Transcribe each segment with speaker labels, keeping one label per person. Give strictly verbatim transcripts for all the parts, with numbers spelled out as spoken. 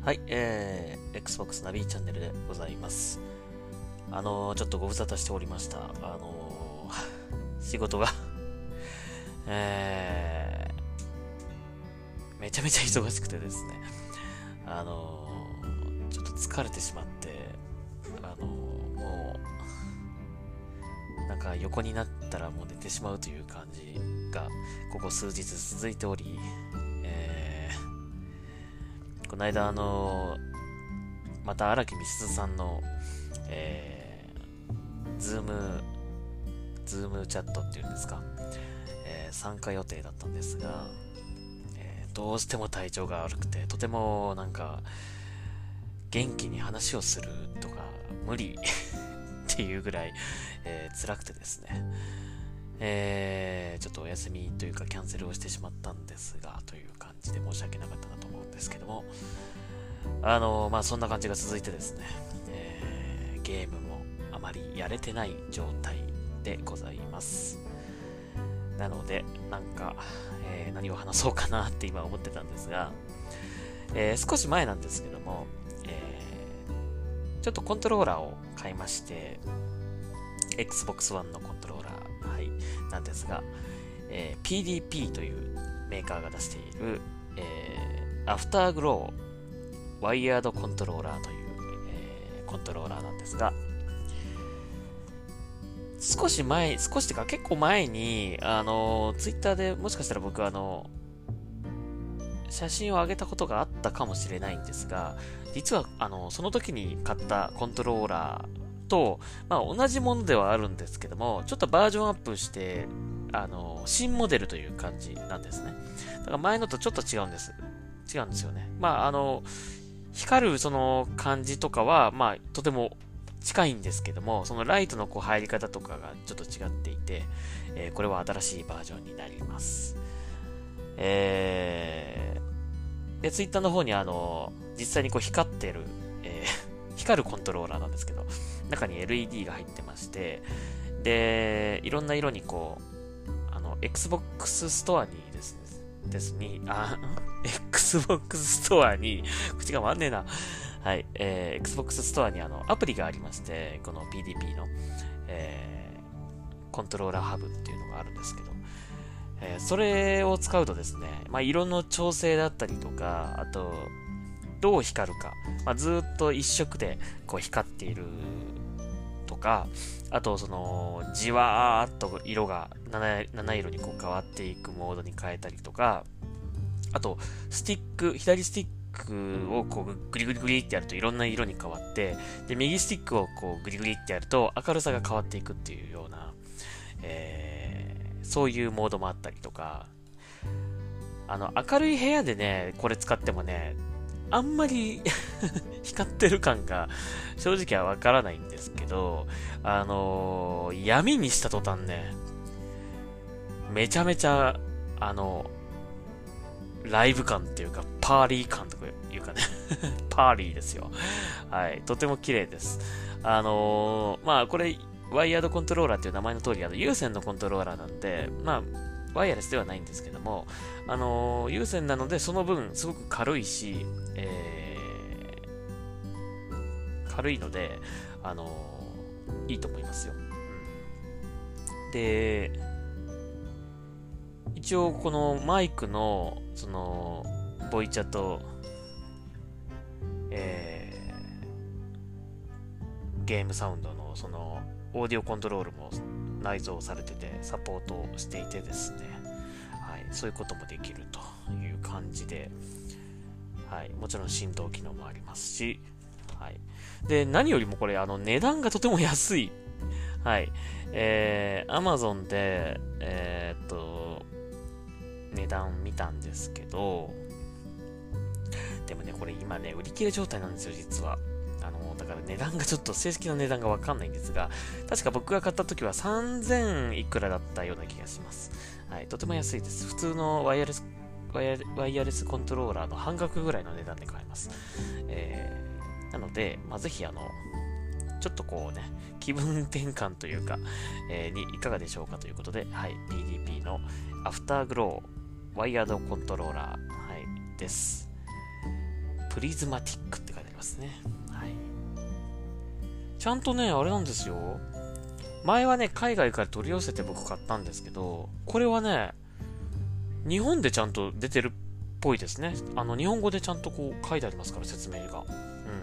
Speaker 1: はい、えー、Xbox ナビチャンネルでございます。あのー、ちょっとご無沙汰しておりました。あのー、仕事がえー、めちゃめちゃ忙しくてですね、あのー、ちょっと疲れてしまって、あのー、もう、なんか横になったらもう寝てしまうという感じが、ここ数日続いており、この間、あのー、また荒木美鈴さんの、えー、ズーム、ズームチャットっていうんですか、えー、参加予定だったんですが、えー、どうしても体調が悪くて、とてもなんか、元気に話をするとか、無理っていうぐらい、えー、辛くてですね、えー、ちょっとお休みというかキャンセルをしてしまったんですが、という感じで申し訳なかったなと思うんですけども、あのー、まあそんな感じが続いてですね、えー、ゲームもあまりやれてない状態でございます。なので、なんか、えー、何を話そうかなって今思ってたんですが、えー、少し前なんですけども、えー、ちょっとコントローラーを買いまして、Xbox One のコントローラー、はい、なんですが、えー、ピーディーピー というメーカーが出している、えー、アフターグローワイヤードコントローラーという、えー、コントローラーなんですが、少し前、少しってか結構前に、あの、ツイッターでもしかしたら僕あの、写真を上げたことがあったかもしれないんですが、実はあの、その時に買ったコントローラーと、まあ同じものではあるんですけども、ちょっとバージョンアップして、あの、新モデルという感じなんですね。だから前のとちょっと違うんです。違うんですよね。まああの、光るその感じとかは、まあ、とても近いんですけども、そのライトのこう入り方とかがちょっと違っていて、えー、これは新しいバージョンになります。えー、で、ツイッターの方にあの、実際にこう光ってる、えー、光るコントローラーなんですけど、中に エルイーディー が入ってまして、で、いろんな色にこう、あの、Xbox ストアにですね、ですに、あ、Xbox ストアに、口が回んねえな。はい、えー、Xbox ストアにあの、アプリがありまして、この ピーディーピー の、えー、コントローラーハブっていうのがあるんですけど、えー、それを使うとですね、まあ、色の調整だったりとか、あと、どう光るか、まあ、ずっと一色でこう光っているとか、あとそのじわーっと色が 7, 7色にこう変わっていくモードに変えたりとか、あとスティック左スティックをこうグリグリグリってやるといろんな色に変わって、で右スティックをこうグリグリってやると明るさが変わっていくっていうような、えー、そういうモードもあったりとか、あの明るい部屋でねこれ使ってもねあんまり光ってる感が正直はわからないんですけど、あのー、闇にした途端ね、めちゃめちゃ、あのー、ライブ感っていうか、パーリー感とかいうかね、パーリーですよ。はい、とても綺麗です。あのー、まあこれ、ワイヤードコントローラーっていう名前の通り、あの有線のコントローラーなんで、まあ、ワイヤレスではないんですけども、あのー、有線なのでその分すごく軽いし、えー、軽いので、あのー、いいと思いますよ。うん、で、一応このマイクの、その、ボイチャと、えー、ゲームサウンドのその、オーディオコントロールも内蔵されててサポートしていてですね、はい、そういうこともできるという感じで、はい、もちろん振動機能もありますし、はい、で何よりもこれあの値段がとても安い、はい、えー、Amazon でえー、っと値段見たんですけど、でもねこれ今ね売り切れ状態なんですよ実は。あの、だから値段がちょっと正式な値段がわかんないんですが、確か僕が買った時はさんぜんいくらだったような気がします。はい、とても安いです。普通のワイヤレス、ワイヤワイヤレスコントローラーの半額ぐらいの値段で買えます。えー、なので、まあ、ぜひあの、ちょっとこうね、気分転換というか、えー、にいかがでしょうかということで、はい、ピーディーピー のアフターグローワイヤードコントローラー、はい、です。 プリズマティックって書いてありますね。はい。ちゃんとね、あれなんですよ。前はね、海外から取り寄せて僕買ったんですけど、これはね、日本でちゃんと出てるっぽいですね。あの、日本語でちゃんとこう書いてありますから、説明が。うん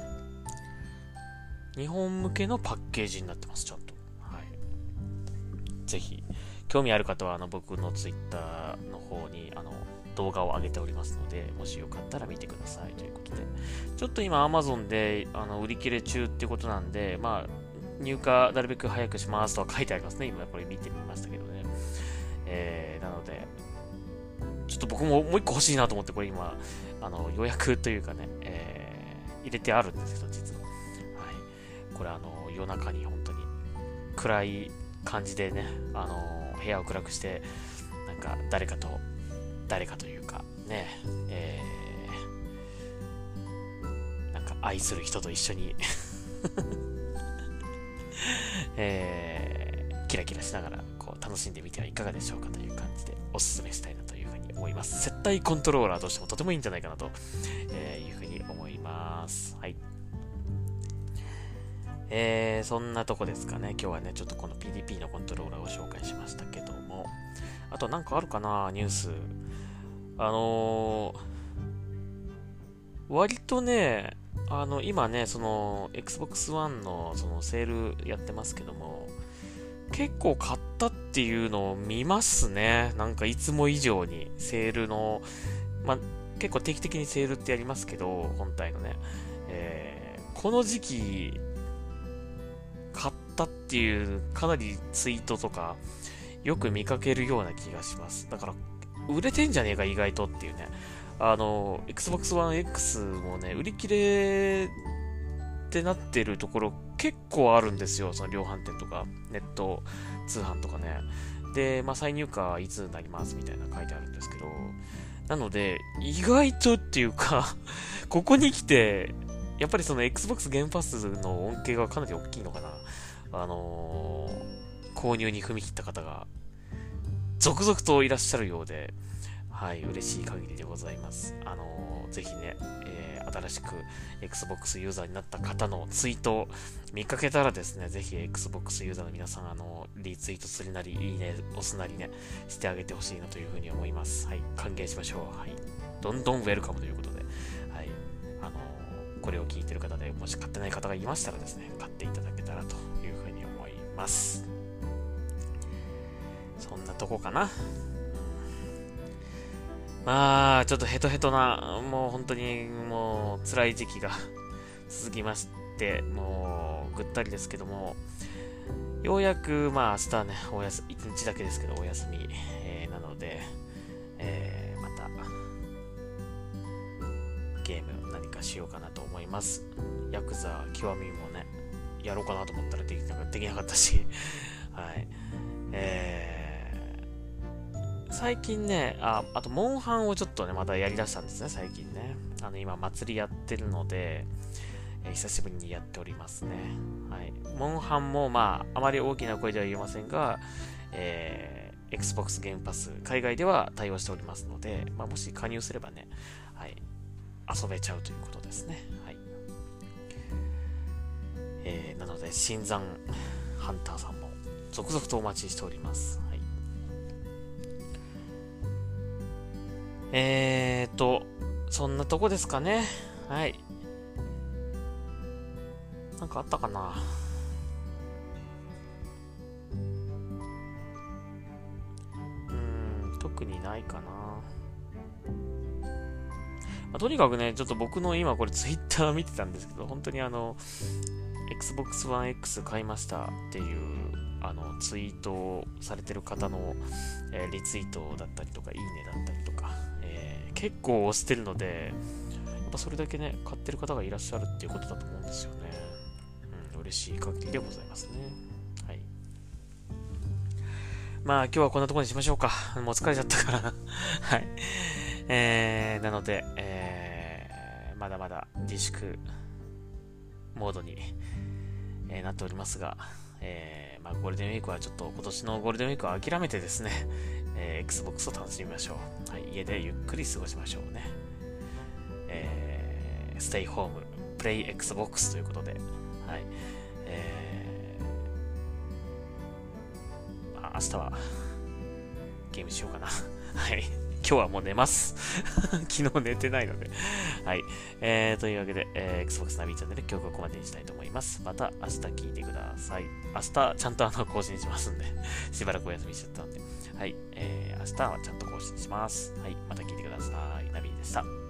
Speaker 1: 。日本向けのパッケージになってます、ちゃんと。はい。ぜひ、興味ある方は、あの、僕のツイッターの方に、あの、動画を上げておりますので、もしよかったら見てくださいということで。ちょっと今 Amazon であの売り切れ中っていうことなんで、まあ、入荷なるべく早くしますとは書いてありますね。今これ見てみましたけどね。えー、なので、ちょっと僕ももう一個欲しいなと思って、これ今、あの予約というかね、えー、入れてあるんですけど、実は。はい。これあの、夜中に本当に暗い感じでね、あの、部屋を暗くして、なんか誰かと、誰かというか、ね、えー、なんか愛する人と一緒にえー、キラキラしながらこう楽しんでみてはいかがでしょうかという感じでおすすめしたいなというふうに思います。接待コントローラーとしてもとてもいいんじゃないかなと、えー、いうふうに思います。はい。えー、そんなとこですかね。今日はね、ちょっとこの ピーディーピー のコントローラーを紹介しましたけども、あとなんかあるかな、ニュース。あのー、割とね、あの、今ね、その、Xbox One のそのセールやってますけども、結構買ったっていうのを見ますね。なんかいつも以上にセールの、まあ、結構定期的にセールってやりますけど、本体のね、えー、この時期、買ったっていうかなりツイートとか、よく見かけるような気がします。だから、売れてんじゃねえか、意外とっていうね。あの、Xbox One X もね、売り切れってなってるところ結構あるんですよ。その量販店とか、ネット通販とかね。で、まあ、再入荷いつになりますみたいな書いてあるんですけど、なので、意外とっていうかここに来て、やっぱりその Xbox ゲームパスの恩恵がかなり大きいのかな。あのー、購入に踏み切った方が、続々といらっしゃるようで、はい、嬉しい限りでございます。あのー、ぜひね、えー、新しく Xbox ユーザーになった方のツイートを見かけたらですね、ぜひ Xbox ユーザーの皆さん、あのー、リツイートするなり、いいね、押すなりね、してあげてほしいなというふうに思います。はい、歓迎しましょう。はい、どんどんウェルカムということで、はい、あのー、これを聞いてる方で、もし買ってない方がいましたらですね、買っていただけたらというふうに思います。そんなとこかな。まあ、ちょっとヘトヘトな、もう本当にもう辛い時期が続きまして、もうぐったりですけども、ようやくまあ明日ね、おやす、一日だけですけどお休み、えー、なので、えー、またゲーム何かしようかなと思います。ヤクザ極みもね、やろうかなと思ったらできなかった、できなかったし、はい。えー最近ね、あ、あと、モンハンをちょっとね、またやりだしたんですね、最近ね。あの、今、祭りやってるので、えー久しぶりにやっておりますね。はい。モンハンも、まあ、あまり大きな声では言えませんが、えー、Xbox ゲームパス、海外では対応しておりますので、まあ、もし加入すればね、はい、遊べちゃうということですね。はい。えー、なので、新参ハンターさんも続々とお待ちしております。えーと、そんなとこですかね。はい。なんかあったかな。うーん、特にないかな。まあ、とにかくね、ちょっと僕の今これツイッター見てたんですけど、本当にあの、Xbox One X 買いましたっていう、あの、ツイートをされてる方の、えーリツイートだったりとか、いいねだったりとか、結構押してるので、やっぱそれだけね、買ってる方がいらっしゃるっていうことだと思うんですよね。うん、嬉しい限りでございますね。はい。まあ、今日はこんなところにしましょうか。もう疲れちゃったからはい。えー、なので、えー、まだまだ自粛モードに、えーなっておりますが、えー、まあ、ゴールデンウィークはちょっと今年のゴールデンウィークは諦めてですね、えー、Xbox を楽しみましょう。はい、家でゆっくり過ごしましょうね。えー、 ステイホーム、プレイ Xbox ということで、はい。えー、まあ、明日はゲームしようかな。はい。今日はもう寝ます。昨日寝てないので。はい。えー、というわけで、えー、Xbox ナビチャンネル今日はここまでにしたいと思います。また明日聞いてください。明日ちゃんとあの更新しますんで、しばらくお休みしちゃったんで。はい。えー、明日はちゃんと更新します。はい。また聞いてください。ナビでした。